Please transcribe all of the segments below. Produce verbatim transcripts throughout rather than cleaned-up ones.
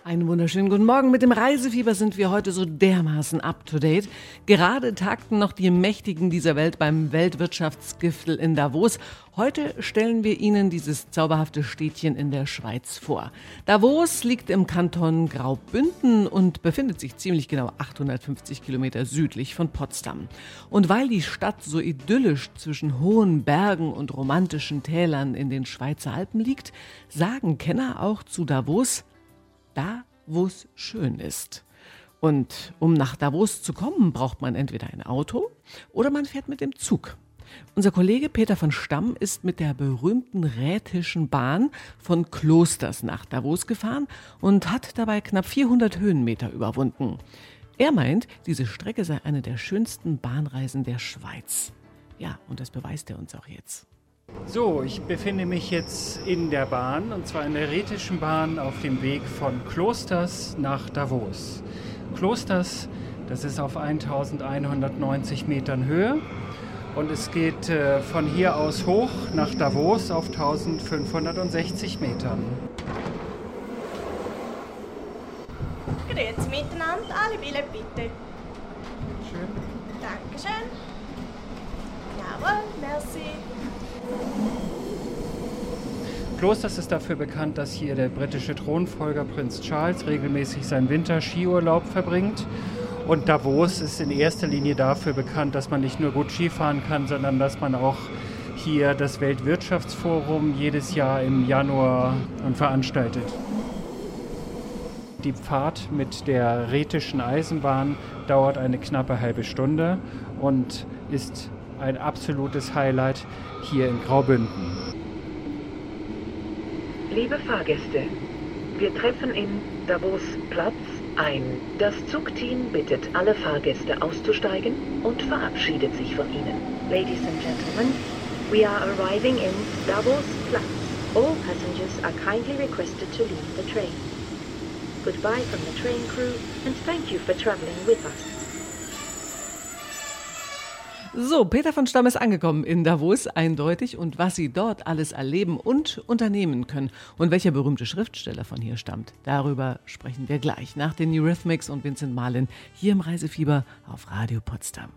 Einen wunderschönen guten Morgen. Mit dem Reisefieber sind wir heute so dermaßen up-to-date. Gerade tagten noch die Mächtigen dieser Welt beim Weltwirtschaftsgipfel in Davos. Heute stellen wir Ihnen dieses zauberhafte Städtchen in der Schweiz vor. Davos liegt im Kanton Graubünden und befindet sich ziemlich genau achthundertfünfzig Kilometer südlich von Potsdam. Und weil die Stadt so idyllisch zwischen hohen Bergen und romantischen Tälern in den Schweizer Alpen liegt, sagen Kenner auch zu Davos: da, wo es schön ist. Und um nach Davos zu kommen, braucht man entweder ein Auto oder man fährt mit dem Zug. Unser Kollege Peter von Stamm ist mit der berühmten Rhätischen Bahn von Klosters nach Davos gefahren und hat dabei knapp vierhundert Höhenmeter überwunden. Er meint, diese Strecke sei eine der schönsten Bahnreisen der Schweiz. Ja, und das beweist er uns auch jetzt. So, ich befinde mich jetzt in der Bahn, und zwar in der Rhätischen Bahn auf dem Weg von Klosters nach Davos. Klosters, das ist auf eintausendeinhundertneunzig Metern Höhe und es geht äh, von hier aus hoch nach Davos auf eintausendfünfhundertsechzig Metern. Grüezi miteinander, alle Billett bitte. Schön. Dankeschön. Jawohl, merci. Klosters ist dafür bekannt, dass hier der britische Thronfolger Prinz Charles regelmäßig seinen Winterskiurlaub verbringt. Und Davos ist in erster Linie dafür bekannt, dass man nicht nur gut Skifahren kann, sondern dass man auch hier das Weltwirtschaftsforum jedes Jahr im Januar veranstaltet. Die Fahrt mit der Rhätischen Eisenbahn dauert eine knappe halbe Stunde und ist ein absolutes Highlight hier in Graubünden. Liebe Fahrgäste, wir treffen in Davos Platz ein. Das Zugteam bittet alle Fahrgäste auszusteigen und verabschiedet sich von ihnen. Ladies and gentlemen, we are arriving in Davos Platz. All passengers are kindly requested to leave the train. Goodbye from the train crew and thank you for traveling with us. So, Peter von Stamm ist angekommen in Davos, eindeutig. Und was Sie dort alles erleben und unternehmen können und welcher berühmte Schriftsteller von hier stammt, darüber sprechen wir gleich nach den Eurythmics und Vincent Marlin hier im Reisefieber auf Radio Potsdam.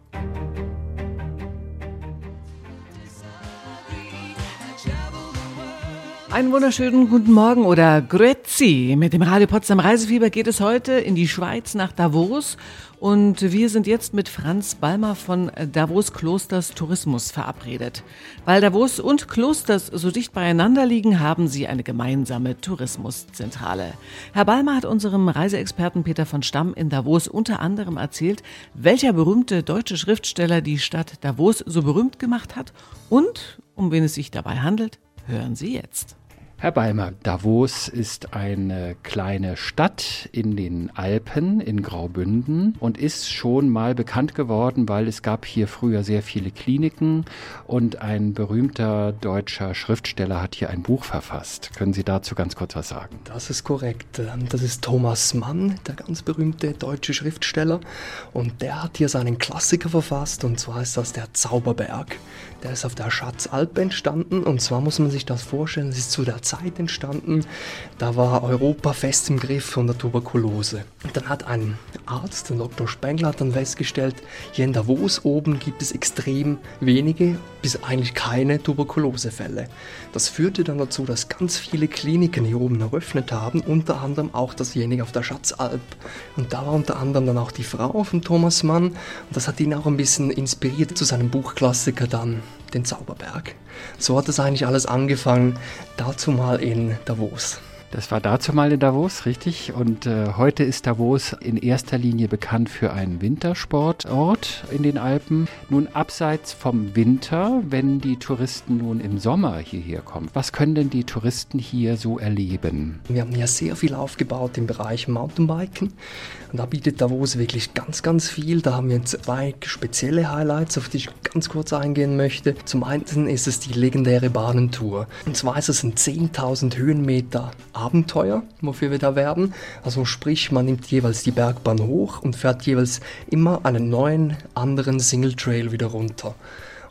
Einen wunderschönen guten Morgen oder Grüezi. Mit dem Radio Potsdam Reisefieber geht es heute in die Schweiz nach Davos. Und wir sind jetzt mit Franz Balmer von Davos Klosters Tourismus verabredet. Weil Davos und Klosters so dicht beieinander liegen, haben sie eine gemeinsame Tourismuszentrale. Herr Balmer hat unserem Reiseexperten Peter von Stamm in Davos unter anderem erzählt, welcher berühmte deutsche Schriftsteller die Stadt Davos so berühmt gemacht hat und um wen es sich dabei handelt, hören Sie jetzt. Herr Balmer, Davos ist eine kleine Stadt in den Alpen in Graubünden und ist schon mal bekannt geworden, weil es gab hier früher sehr viele Kliniken und ein berühmter deutscher Schriftsteller hat hier ein Buch verfasst. Können Sie dazu ganz kurz was sagen? Das ist korrekt. Das ist Thomas Mann, der ganz berühmte deutsche Schriftsteller, und der hat hier seinen Klassiker verfasst, und zwar ist das der Zauberberg. Der ist auf der Schatzalp entstanden, und zwar muss man sich das vorstellen, es ist zu der Zeit entstanden, da war Europa fest im Griff von der Tuberkulose. Und dann hat ein Arzt, der Doktor Spengler, hat dann festgestellt, hier in Davos oben gibt es extrem wenige bis eigentlich keine Tuberkulosefälle. Das führte dann dazu, dass ganz viele Kliniken hier oben eröffnet haben, unter anderem auch dasjenige auf der Schatzalp. Und da war unter anderem dann auch die Frau von Thomas Mann, und das hat ihn auch ein bisschen inspiriert zu seinem Buchklassiker dann, den Zauberberg. So hat es eigentlich alles angefangen, dazu mal in Davos. Das war dazu mal in Davos, richtig. Und äh, heute ist Davos in erster Linie bekannt für einen Wintersportort in den Alpen. Nun abseits vom Winter, wenn die Touristen nun im Sommer hierher kommen, was können denn die Touristen hier so erleben? Wir haben ja sehr viel aufgebaut im Bereich Mountainbiken. Und da bietet Davos wirklich ganz, ganz viel. Da haben wir zwei spezielle Highlights, auf die ich ganz kurz eingehen möchte. Zum einen ist es die legendäre Bahnentour. Und zwar ist es ein zehntausend Höhenmeter Abenteuer, wofür wir da werben. Also sprich, man nimmt jeweils die Bergbahn hoch und fährt jeweils immer einen neuen, anderen Single Trail wieder runter.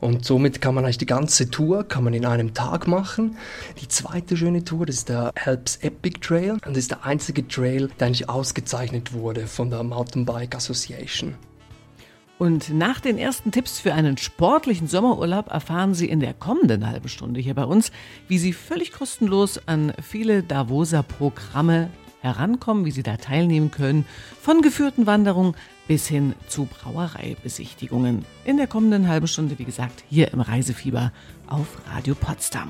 Und somit kann man eigentlich die ganze Tour kann man in einem Tag machen. Die zweite schöne Tour, das ist der Alps Epic Trail. Und das ist der einzige Trail, der eigentlich ausgezeichnet wurde von der Mountainbike Association. Und nach den ersten Tipps für einen sportlichen Sommerurlaub erfahren Sie in der kommenden halben Stunde hier bei uns, wie Sie völlig kostenlos an viele Davoser Programme herankommen, wie Sie da teilnehmen können, von geführten Wanderungen bis hin zu Brauereibesichtigungen. In der kommenden halben Stunde, wie gesagt, hier im Reisefieber auf Radio Potsdam.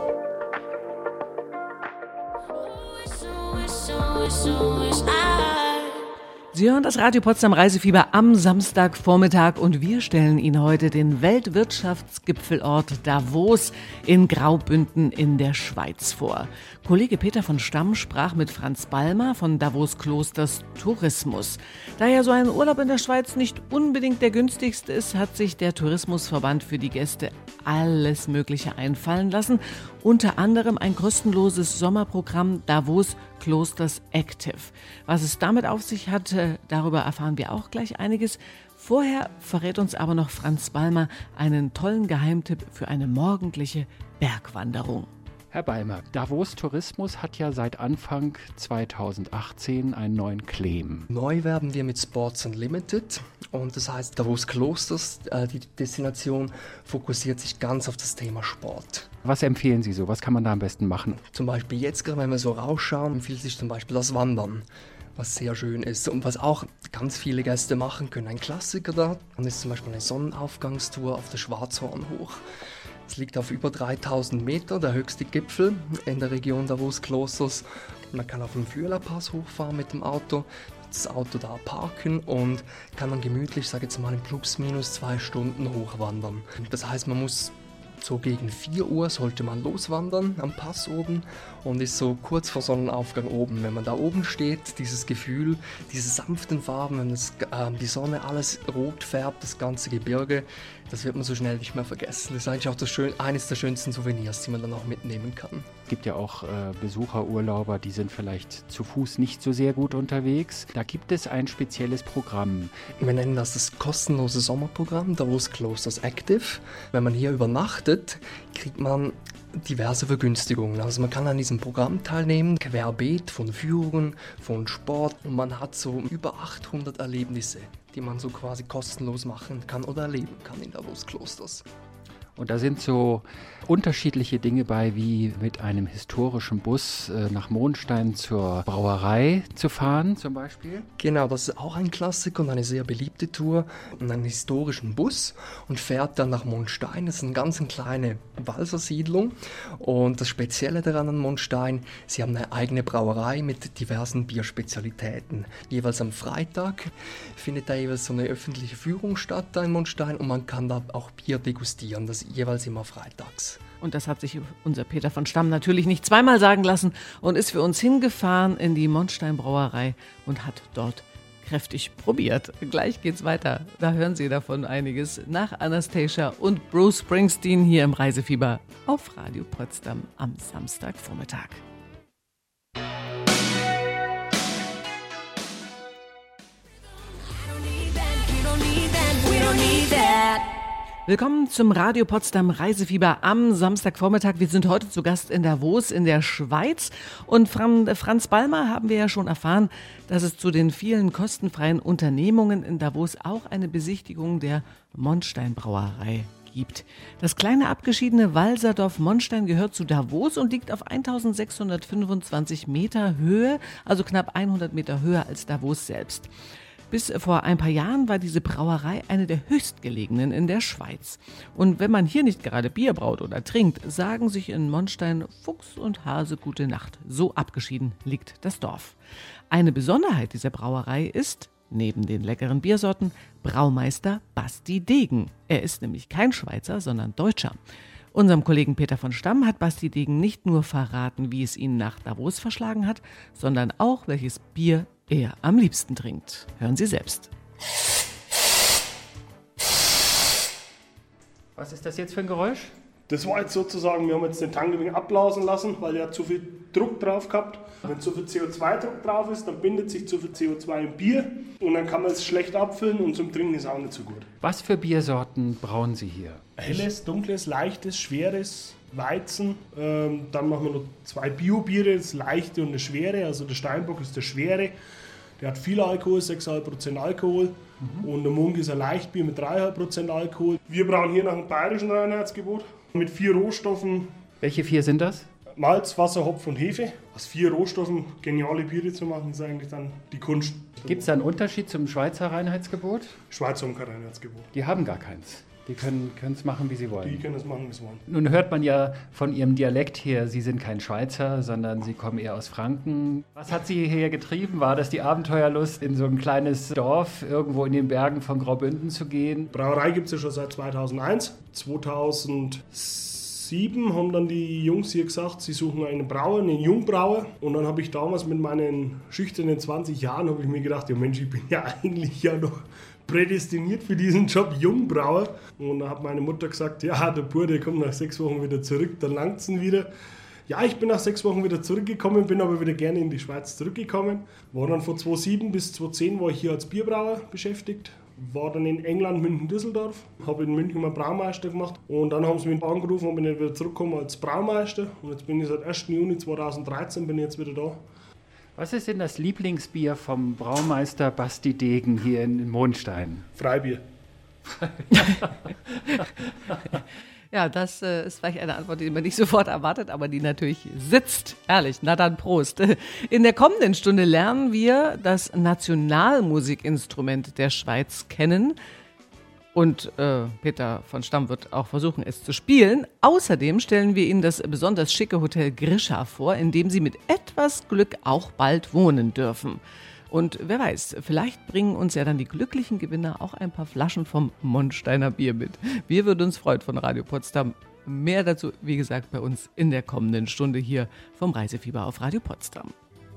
Sie hören das Radio Potsdam Reisefieber am Samstagvormittag und wir stellen Ihnen heute den Weltwirtschaftsgipfelort Davos in Graubünden in der Schweiz vor. Kollege Peter von Stamm sprach mit Franz Balmer von Davos Klosters Tourismus. Da ja so ein Urlaub in der Schweiz nicht unbedingt der günstigste ist, hat sich der Tourismusverband für die Gäste alles Mögliche einfallen lassen. Unter anderem ein kostenloses Sommerprogramm Davos Klosters Active. Was es damit auf sich hat, darüber erfahren wir auch gleich einiges. Vorher verrät uns aber noch Franz Balmer einen tollen Geheimtipp für eine morgendliche Bergwanderung. Herr Balmer, Davos Tourismus hat ja seit Anfang zweitausendachtzehn einen neuen Claim. Neu werben wir mit Sports Unlimited und das heißt Davos Klosters, äh, die Destination fokussiert sich ganz auf das Thema Sport. Was empfehlen Sie so? Was kann man da am besten machen? Zum Beispiel jetzt gerade, wenn wir so rausschauen, empfiehlt sich zum Beispiel das Wandern, was sehr schön ist und was auch ganz viele Gäste machen können. Ein Klassiker da ist zum Beispiel eine Sonnenaufgangstour auf der Schwarzhorn hoch. Es liegt auf über dreitausend Meter, der höchste Gipfel in der Region Davos Klosters. Man kann auf dem Flüelerpass hochfahren mit dem Auto, das Auto da parken und kann dann gemütlich, sage jetzt mal, in plus minus zwei Stunden hochwandern. Das heißt, man muss so gegen vier Uhr sollte man loswandern am Pass oben und ist so kurz vor Sonnenaufgang oben. Wenn man da oben steht, dieses Gefühl, diese sanften Farben, wenn das, äh, die Sonne alles rot färbt, das ganze Gebirge, das wird man so schnell nicht mehr vergessen. Das ist eigentlich auch das schön, eines der schönsten Souvenirs, die man dann auch mitnehmen kann. Es gibt ja auch äh, Besucherurlauber, die sind vielleicht zu Fuß nicht so sehr gut unterwegs. Da gibt es ein spezielles Programm. Wir nennen das das kostenlose Sommerprogramm Davos Klosters Active. Wenn man hier übernachtet, kriegt man diverse Vergünstigungen. Also man kann an diesem Programm teilnehmen, querbeet von Führungen, von Sport und man hat so über achthundert Erlebnisse, die man so quasi kostenlos machen kann oder erleben kann in Davos Klosters. Und da sind so unterschiedliche Dinge bei, wie mit einem historischen Bus äh, nach Monstein zur Brauerei zu fahren zum Beispiel. Genau, das ist auch ein Klassiker und eine sehr beliebte Tour. Und einen historischen Bus und fährt dann nach Monstein. Das ist eine ganz kleine Walsersiedlung. Und das Spezielle daran an Monstein, sie haben eine eigene Brauerei mit diversen Bierspezialitäten. Jeweils am Freitag findet da jeweils so eine öffentliche Führung statt da in Monstein und man kann da auch Bier degustieren. Das jeweils immer freitags. Und das hat sich unser Peter von Stamm natürlich nicht zweimal sagen lassen und ist für uns hingefahren in die Monstein Brauerei und hat dort kräftig probiert. Gleich geht's weiter. Da hören Sie davon einiges nach Anastasia und Bruce Springsteen hier im Reisefieber auf Radio Potsdam am Samstagvormittag. Willkommen zum Radio Potsdam Reisefieber am Samstagvormittag. Wir sind heute zu Gast in Davos in der Schweiz und von Franz Balmer haben wir ja schon erfahren, dass es zu den vielen kostenfreien Unternehmungen in Davos auch eine Besichtigung der Monstein Brauerei gibt. Das kleine abgeschiedene Walserdorf Monstein gehört zu Davos und liegt auf eintausendsechshundertfünfundzwanzig Meter Höhe, also knapp hundert Meter höher als Davos selbst. Bis vor ein paar Jahren war diese Brauerei eine der höchstgelegenen in der Schweiz. Und wenn man hier nicht gerade Bier braut oder trinkt, sagen sich in Monstein Fuchs und Hase gute Nacht. So abgeschieden liegt das Dorf. Eine Besonderheit dieser Brauerei ist, neben den leckeren Biersorten, Braumeister Basti Degen. Er ist nämlich kein Schweizer, sondern Deutscher. Unserem Kollegen Peter von Stamm hat Basti Degen nicht nur verraten, wie es ihn nach Davos verschlagen hat, sondern auch, welches Bier er am liebsten trinkt. Hören Sie selbst. Was ist das jetzt für ein Geräusch? Das war jetzt sozusagen, wir haben jetzt den Tank ein wenig abblasen lassen, weil er hat zu viel Druck drauf gehabt. Wenn zu viel C O zwei Druck drauf ist, dann bindet sich zu viel C O zwei im Bier und dann kann man es schlecht abfüllen und zum Trinken ist auch nicht so gut. Was für Biersorten brauen Sie hier? Helles, dunkles, leichtes, schweres, Weizen. Ähm, dann machen wir noch zwei Bio-Biere, das leichte und das schwere. Also der Steinbock ist der schwere. Der hat viel Alkohol, sechs Komma fünf Prozent Alkohol. Mhm. Und der Munk ist ein Leichtbier mit drei Komma fünf Prozent Alkohol. Wir brauen hier nach dem bayerischen Reinheitsgebot mit vier Rohstoffen. Welche vier sind das? Malz, Wasser, Hopf und Hefe. Aus vier Rohstoffen geniale Biere zu machen, ist eigentlich dann die Kunst. Gibt es da einen Unterschied zum Schweizer Reinheitsgebot? Schweizer haben kein Reinheitsgebot. Die haben gar keins. Die können es machen, wie sie wollen. Die können es machen, wie sie wollen. Nun hört man ja von Ihrem Dialekt her, Sie sind kein Schweizer, sondern Sie kommen eher aus Franken. Was hat Sie hierher getrieben? War das die Abenteuerlust, in so ein kleines Dorf irgendwo in den Bergen von Graubünden zu gehen? Brauerei gibt es ja schon seit zweitausendeins. zweitausendsieben haben dann die Jungs hier gesagt, sie suchen einen Brauer, einen Jungbrauer. Und dann habe ich damals mit meinen schüchternen zwanzig Jahren, habe ich mir gedacht, ja Mensch, ich bin ja eigentlich ja noch prädestiniert für diesen Job, Jungbrauer. Und da hat meine Mutter gesagt, ja, der Bub, der kommt nach sechs Wochen wieder zurück, dann langt es ihn wieder. Ja, ich bin nach sechs Wochen wieder zurückgekommen, bin aber wieder gerne in die Schweiz zurückgekommen. War dann von zweitausendsieben bis zweitausendzehn war ich hier als Bierbrauer beschäftigt. War dann in England, München, Düsseldorf. Habe in München mal Braumeister gemacht. Und dann haben sie mich angerufen und bin ich wieder zurückgekommen als Braumeister. Und jetzt bin ich seit ersten Juni zweitausenddreizehn bin ich jetzt wieder da. Was ist denn das Lieblingsbier vom Braumeister Basti Degen hier in Mondstein? Freibier. Ja, das äh, ist vielleicht eine Antwort, die man nicht sofort erwartet, aber die natürlich sitzt. Ehrlich, na dann Prost. In der kommenden Stunde lernen wir das Nationalmusikinstrument der Schweiz kennen. Und äh, Peter von Stamm wird auch versuchen, es zu spielen. Außerdem stellen wir Ihnen das besonders schicke Hotel Grischa vor, in dem Sie mit etwas Glück auch bald wohnen dürfen. Und wer weiß, vielleicht bringen uns ja dann die glücklichen Gewinner auch ein paar Flaschen vom Mondsteiner Bier mit. Wir würden uns freuen von Radio Potsdam. Mehr dazu, wie gesagt, bei uns in der kommenden Stunde hier vom Reisefieber auf Radio Potsdam.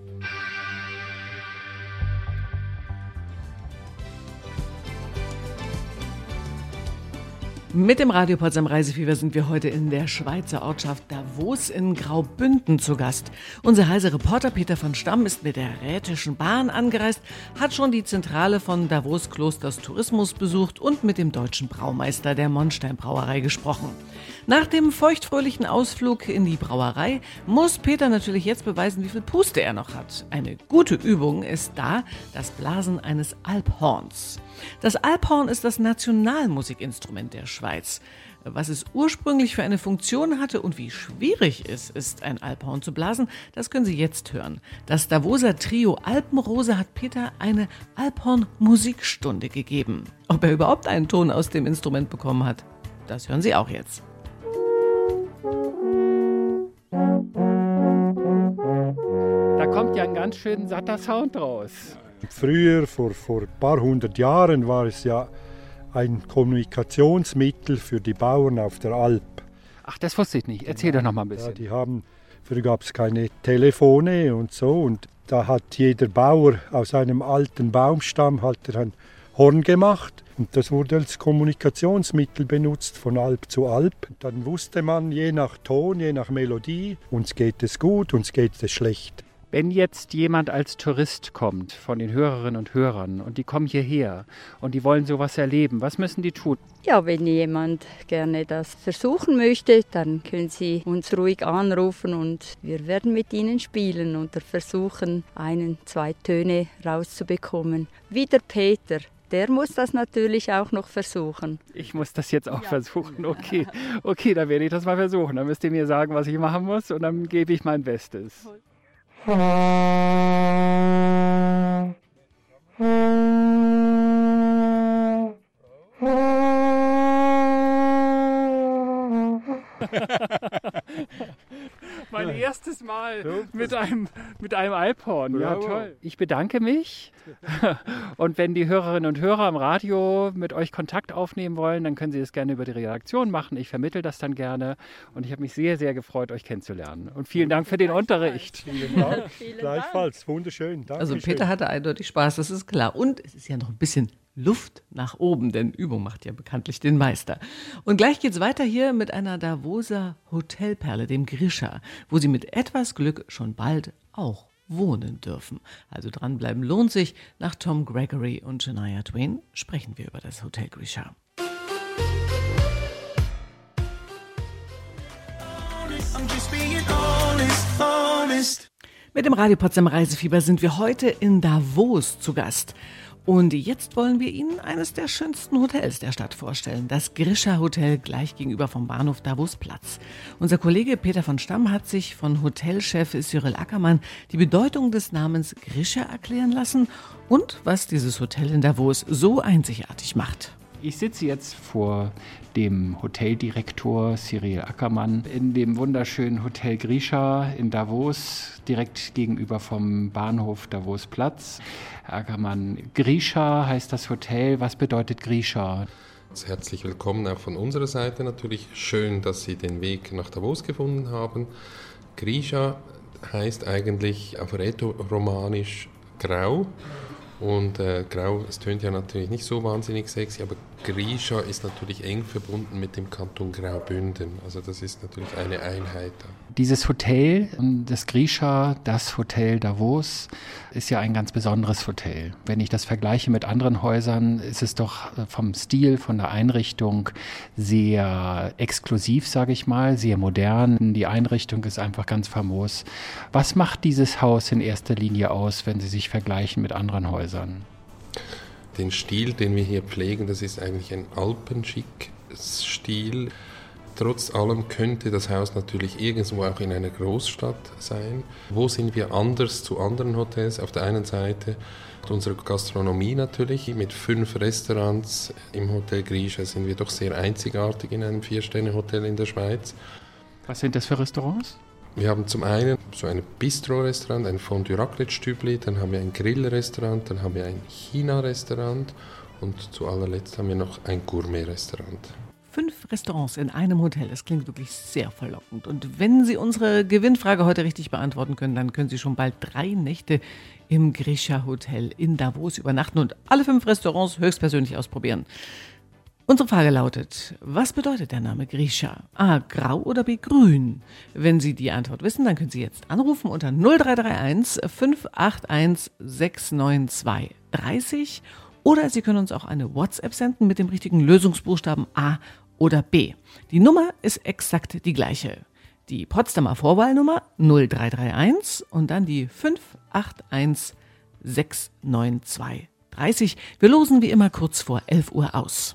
Mit dem Radio Potsdam Reisefieber sind wir heute in der Schweizer Ortschaft Davos in Graubünden zu Gast. Unser Reisereporter Peter von Stamm ist mit der Rhätischen Bahn angereist, hat schon die Zentrale von Davos Klosters Tourismus besucht und mit dem deutschen Braumeister der Mondstein Brauerei gesprochen. Nach dem feuchtfröhlichen Ausflug in die Brauerei muss Peter natürlich jetzt beweisen, wie viel Puste er noch hat. Eine gute Übung ist da das Blasen eines Alphorns. Das Alphorn ist das Nationalmusikinstrument der Schweiz. Was es ursprünglich für eine Funktion hatte und wie schwierig es ist, ein Alphorn zu blasen, das können Sie jetzt hören. Das Davoser Trio Alpenrose hat Peter eine Alphorn-Musikstunde gegeben. Ob er überhaupt einen Ton aus dem Instrument bekommen hat, das hören Sie auch jetzt. Da kommt ja ein ganz schön satter Sound raus. Früher, vor, vor ein paar hundert Jahren, war es ja ein Kommunikationsmittel für die Bauern auf der Alp. Ach, das wusste ich nicht. Erzähl doch noch mal ein bisschen. Ja, die haben, früher gab es keine Telefone und so. Und da hat jeder Bauer aus einem alten Baumstamm halt ein Horn gemacht. Und das wurde als Kommunikationsmittel benutzt von Alp zu Alp. Und dann wusste man, je nach Ton, je nach Melodie, uns geht es gut, uns geht es schlecht. Wenn jetzt jemand als Tourist kommt von den Hörerinnen und Hörern und die kommen hierher und die wollen sowas erleben, was müssen die tun? Ja, wenn jemand gerne das versuchen möchte, dann können Sie uns ruhig anrufen und wir werden mit Ihnen spielen und versuchen, einen, zwei Töne rauszubekommen. Wie der Peter. Der muss das natürlich auch noch versuchen. Ich muss das jetzt auch ja. versuchen, okay. Okay, dann werde ich das mal versuchen. Dann müsst ihr mir sagen, was ich machen muss und dann gebe ich mein Bestes. Mein erstes Mal mit einem, mit einem Alphorn. Ja, toll. Ich bedanke mich. Und wenn die Hörerinnen und Hörer am Radio mit euch Kontakt aufnehmen wollen, dann können sie das gerne über die Redaktion machen. Ich vermittle das dann gerne. Und ich habe mich sehr, sehr gefreut, euch kennenzulernen. Und vielen Dank für den Unterricht. Vielen Dank. Gleichfalls. Wunderschön. Dankeschön. Also Peter hatte eindeutig Spaß, das ist klar. Und es ist ja noch ein bisschen Luft nach oben, denn Übung macht ja bekanntlich den Meister. Und gleich geht's weiter hier mit einer Davoser Hotelperle, dem Grisha, wo Sie mit etwas Glück schon bald auch wohnen dürfen. Also dranbleiben lohnt sich. Nach Tom Gregory und Shania Twain sprechen wir über das Hotel Grisha. Mit dem Radio Potsdam Reisefieber sind wir heute in Davos zu Gast. Und jetzt wollen wir Ihnen eines der schönsten Hotels der Stadt vorstellen. Das Grisha Hotel gleich gegenüber vom Bahnhof Davosplatz. Unser Kollege Peter von Stamm hat sich von Hotelchef Cyril Ackermann die Bedeutung des Namens Grisha erklären lassen und was dieses Hotel in Davos so einzigartig macht. Ich sitze jetzt vor dem Hoteldirektor Cyril Ackermann in dem wunderschönen Hotel Grisha in Davos, direkt gegenüber vom Bahnhof Davosplatz. Herr Ackermann, Grisha heißt das Hotel. Was bedeutet Grisha? Herzlich willkommen auch von unserer Seite natürlich. Schön, dass Sie den Weg nach Davos gefunden haben. Grisha heißt eigentlich auf Rätoromanisch grau. Und äh, grau, es tönt ja natürlich nicht so wahnsinnig sexy, aber Grisha ist natürlich eng verbunden mit dem Kanton Graubünden. Also das ist natürlich eine Einheit. Dieses Hotel, das Grisha, das Hotel Davos, ist ja ein ganz besonderes Hotel. Wenn ich das vergleiche mit anderen Häusern, ist es doch vom Stil, von der Einrichtung sehr exklusiv, sage ich mal, sehr modern. Die Einrichtung ist einfach ganz famos. Was macht dieses Haus in erster Linie aus, wenn Sie sich vergleichen mit anderen Häusern? Den Stil, den wir hier pflegen, das ist eigentlich ein Alpenschick-Stil. Trotz allem könnte das Haus natürlich irgendwo auch in einer Großstadt sein. Wo sind wir anders zu anderen Hotels? Auf der einen Seite unsere Gastronomie natürlich. Mit fünf Restaurants im Hotel Grisha sind wir doch sehr einzigartig in einem Vier-Sterne-Hotel in der Schweiz. Was sind das für Restaurants? Wir haben zum einen so ein Bistro-Restaurant, ein Fondue-Raclette-Stübli, dann haben wir ein Grill-Restaurant, dann haben wir ein China-Restaurant und zu allerletzt haben wir noch ein Gourmet-Restaurant. Fünf Restaurants in einem Hotel, das klingt wirklich sehr verlockend. Und wenn Sie unsere Gewinnfrage heute richtig beantworten können, dann können Sie schon bald drei Nächte im Grisha Hotel in Davos übernachten und alle fünf Restaurants höchstpersönlich ausprobieren. Unsere Frage lautet, was bedeutet der Name Grisha? A, grau oder B, grün? Wenn Sie die Antwort wissen, dann können Sie jetzt anrufen unter null drei drei eins fünf acht eins sechs neun zwei drei null oder Sie können uns auch eine WhatsApp senden mit dem richtigen Lösungsbuchstaben A oder B. Die Nummer ist exakt die gleiche. Die Potsdamer Vorwahlnummer null drei drei eins und dann die fünf acht eins sechs neun zwei drei null. Wir losen wie immer kurz vor elf Uhr aus.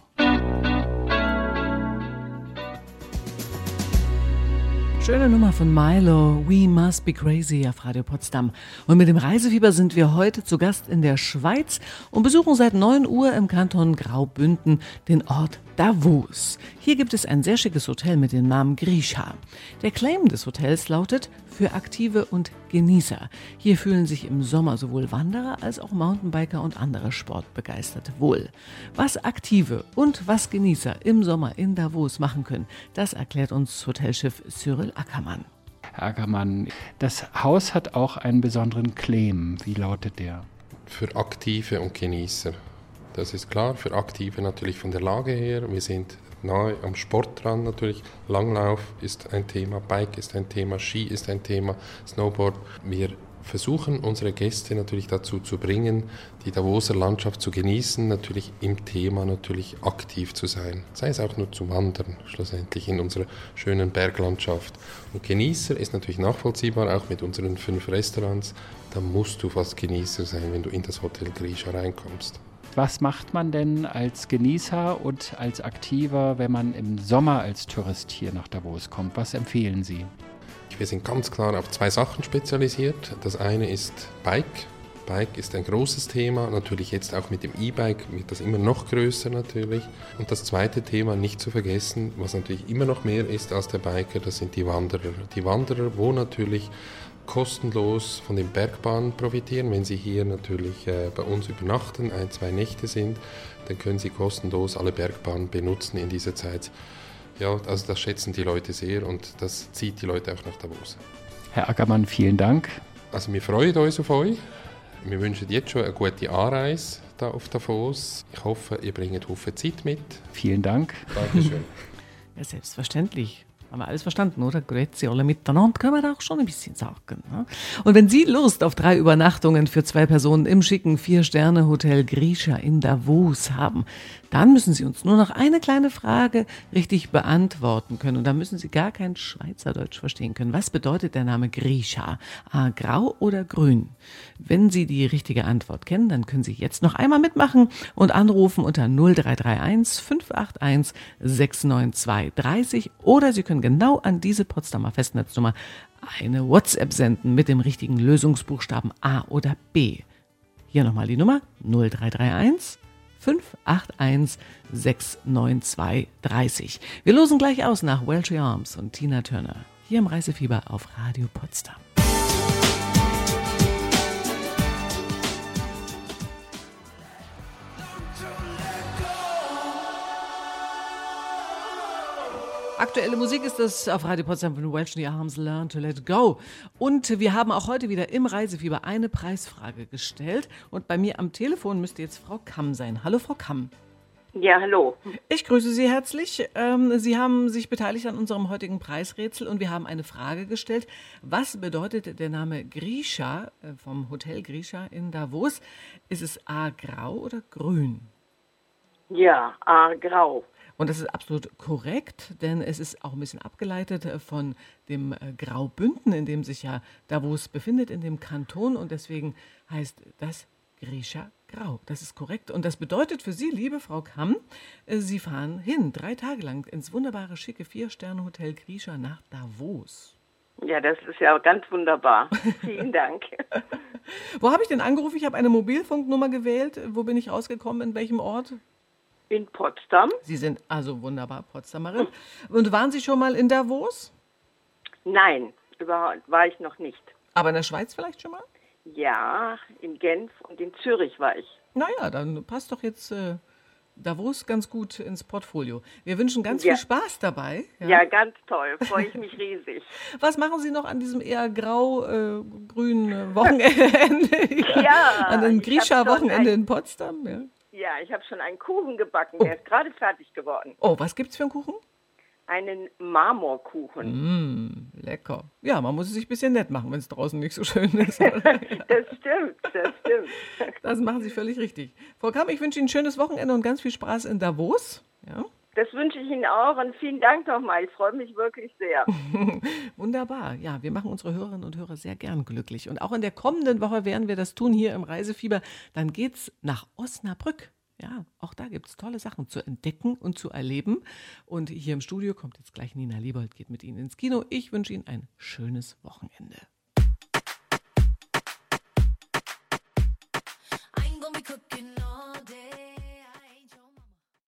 Schöne Nummer von Milo, We Must Be Crazy auf Radio Potsdam. Und mit dem Reisefieber sind wir heute zu Gast in der Schweiz und besuchen seit neun Uhr im Kanton Graubünden den Ort Davos. Hier gibt es ein sehr schickes Hotel mit dem Namen Grisha. Der Claim des Hotels lautet für Aktive und Genießer. Hier fühlen sich im Sommer sowohl Wanderer als auch Mountainbiker und andere Sportbegeisterte wohl. Was Aktive und was Genießer im Sommer in Davos machen können, das erklärt uns Hotelchef Cyril Ackermann. Herr Ackermann, das Haus hat auch einen besonderen Claim. Wie lautet der? Für Aktive und Genießer. Das ist klar, für Aktive natürlich von der Lage her. Wir sind nahe am Sport dran natürlich. Langlauf ist ein Thema, Bike ist ein Thema, Ski ist ein Thema, Snowboard. Wir versuchen unsere Gäste natürlich dazu zu bringen, die Davoser Landschaft zu genießen, natürlich im Thema natürlich aktiv zu sein. Sei es auch nur zu wandern, schlussendlich in unserer schönen Berglandschaft. Und Genießer ist natürlich nachvollziehbar, auch mit unseren fünf Restaurants. Da musst du fast Genießer sein, wenn du in das Hotel Grisha reinkommst. Was macht man denn als Genießer und als Aktiver, wenn man im Sommer als Tourist hier nach Davos kommt? Was empfehlen Sie? Wir sind ganz klar auf zwei Sachen spezialisiert. Das eine ist Bike. Bike ist ein großes Thema, natürlich jetzt auch mit dem E-Bike wird das immer noch größer natürlich. Und das zweite Thema, nicht zu vergessen, was natürlich immer noch mehr ist als der Biker, das sind die Wanderer. Die Wanderer, wo natürlich kostenlos von den Bergbahnen profitieren. Wenn Sie hier natürlich äh, bei uns übernachten, ein, zwei Nächte sind, dann können Sie kostenlos alle Bergbahnen benutzen in dieser Zeit. Ja, also das schätzen die Leute sehr und das zieht die Leute auch nach Davos. Herr Ackermann, vielen Dank. Also wir freuen uns auf euch. Wir wünschen jetzt schon eine gute Anreise. da auf Davos. Ich hoffe, ihr bringt Haufen Zeit mit. Vielen Dank. Dankeschön. Ja, selbstverständlich. Haben wir alles verstanden, oder? Grüezi alle miteinander, können wir da auch schon ein bisschen sagen. Ne? Und wenn Sie Lust auf drei Übernachtungen für zwei Personen im schicken Vier-Sterne-Hotel Grisha in Davos haben, dann müssen Sie uns nur noch eine kleine Frage richtig beantworten können. Und da müssen Sie gar kein Schweizerdeutsch verstehen können. Was bedeutet der Name Grisha? A, grau oder grün? Wenn Sie die richtige Antwort kennen, dann können Sie jetzt noch einmal mitmachen und anrufen unter null drei drei eins fünf acht eins sechs neun zwei drei null oder Sie können genau an diese Potsdamer Festnetznummer eine WhatsApp senden mit dem richtigen Lösungsbuchstaben A oder B. Hier nochmal die Nummer null drei drei eins fünf acht eins sechs neun zwei drei null. Wir losen gleich aus nach Welsh Arms und Tina Turner. Hier im Reisefieber auf Radio Potsdam. Aktuelle Musik ist das auf Radio Potsdam von Welsh Arms, Learn to Let Go. Und wir haben auch heute wieder im Reisefieber eine Preisfrage gestellt. Und bei mir am Telefon müsste jetzt Frau Kamm sein. Hallo, Frau Kamm. Ja, hallo. Ich grüße Sie herzlich. Ähm, Sie haben sich beteiligt an unserem heutigen Preisrätsel und wir haben eine Frage gestellt. Was bedeutet der Name Grisha äh, vom Hotel Grisha in Davos? Ist es A, grau oder grün? Ja, A, grau. Und das ist absolut korrekt, denn es ist auch ein bisschen abgeleitet von dem äh, Graubünden, in dem sich ja Davos befindet, in dem Kanton. Und deswegen heißt das Grisha grau. Das ist korrekt. Und das bedeutet für Sie, liebe Frau Kamm, äh, Sie fahren hin, drei Tage lang, ins wunderbare, schicke Vier-Sterne-Hotel Grisha nach Davos. Ja, das ist ja ganz wunderbar. Vielen Dank. Wo habe ich denn angerufen? Ich habe eine Mobilfunknummer gewählt. Wo bin ich rausgekommen? In welchem Ort? In Potsdam. Sie sind also wunderbar Potsdamerin. Und waren Sie schon mal in Davos? Nein, überhaupt war ich noch nicht. Aber in der Schweiz vielleicht schon mal? Ja, in Genf und in Zürich war ich. Naja, dann passt doch jetzt äh, Davos ganz gut ins Portfolio. Wir wünschen ganz ja. viel Spaß dabei. Ja, ja, ganz toll. Freue ich mich riesig. Was machen Sie noch an diesem eher grau-grünen äh, Wochenende? ja, ja, an dem Grisha-Wochenende in Potsdam? Ja. Ja, ich habe schon einen Kuchen gebacken, Oh. der ist gerade fertig geworden. Oh, was gibt's für einen Kuchen? Einen Marmorkuchen. Mm, lecker. Ja, man muss es sich ein bisschen nett machen, wenn es draußen nicht so schön ist. Das stimmt, das stimmt. Das machen Sie völlig richtig. Frau Kamm, ich wünsche Ihnen ein schönes Wochenende und ganz viel Spaß in Davos. Ja. Das wünsche ich Ihnen auch und vielen Dank nochmal. Ich freue mich wirklich sehr. Wunderbar. Ja, wir machen unsere Hörerinnen und Hörer sehr gern glücklich. Und auch in der kommenden Woche werden wir das tun hier im Reisefieber. Dann geht's nach Osnabrück. Ja, auch da gibt es tolle Sachen zu entdecken und zu erleben. Und hier im Studio kommt jetzt gleich Nina Liebold, geht mit Ihnen ins Kino. Ich wünsche Ihnen ein schönes Wochenende. I'm gonna be cooking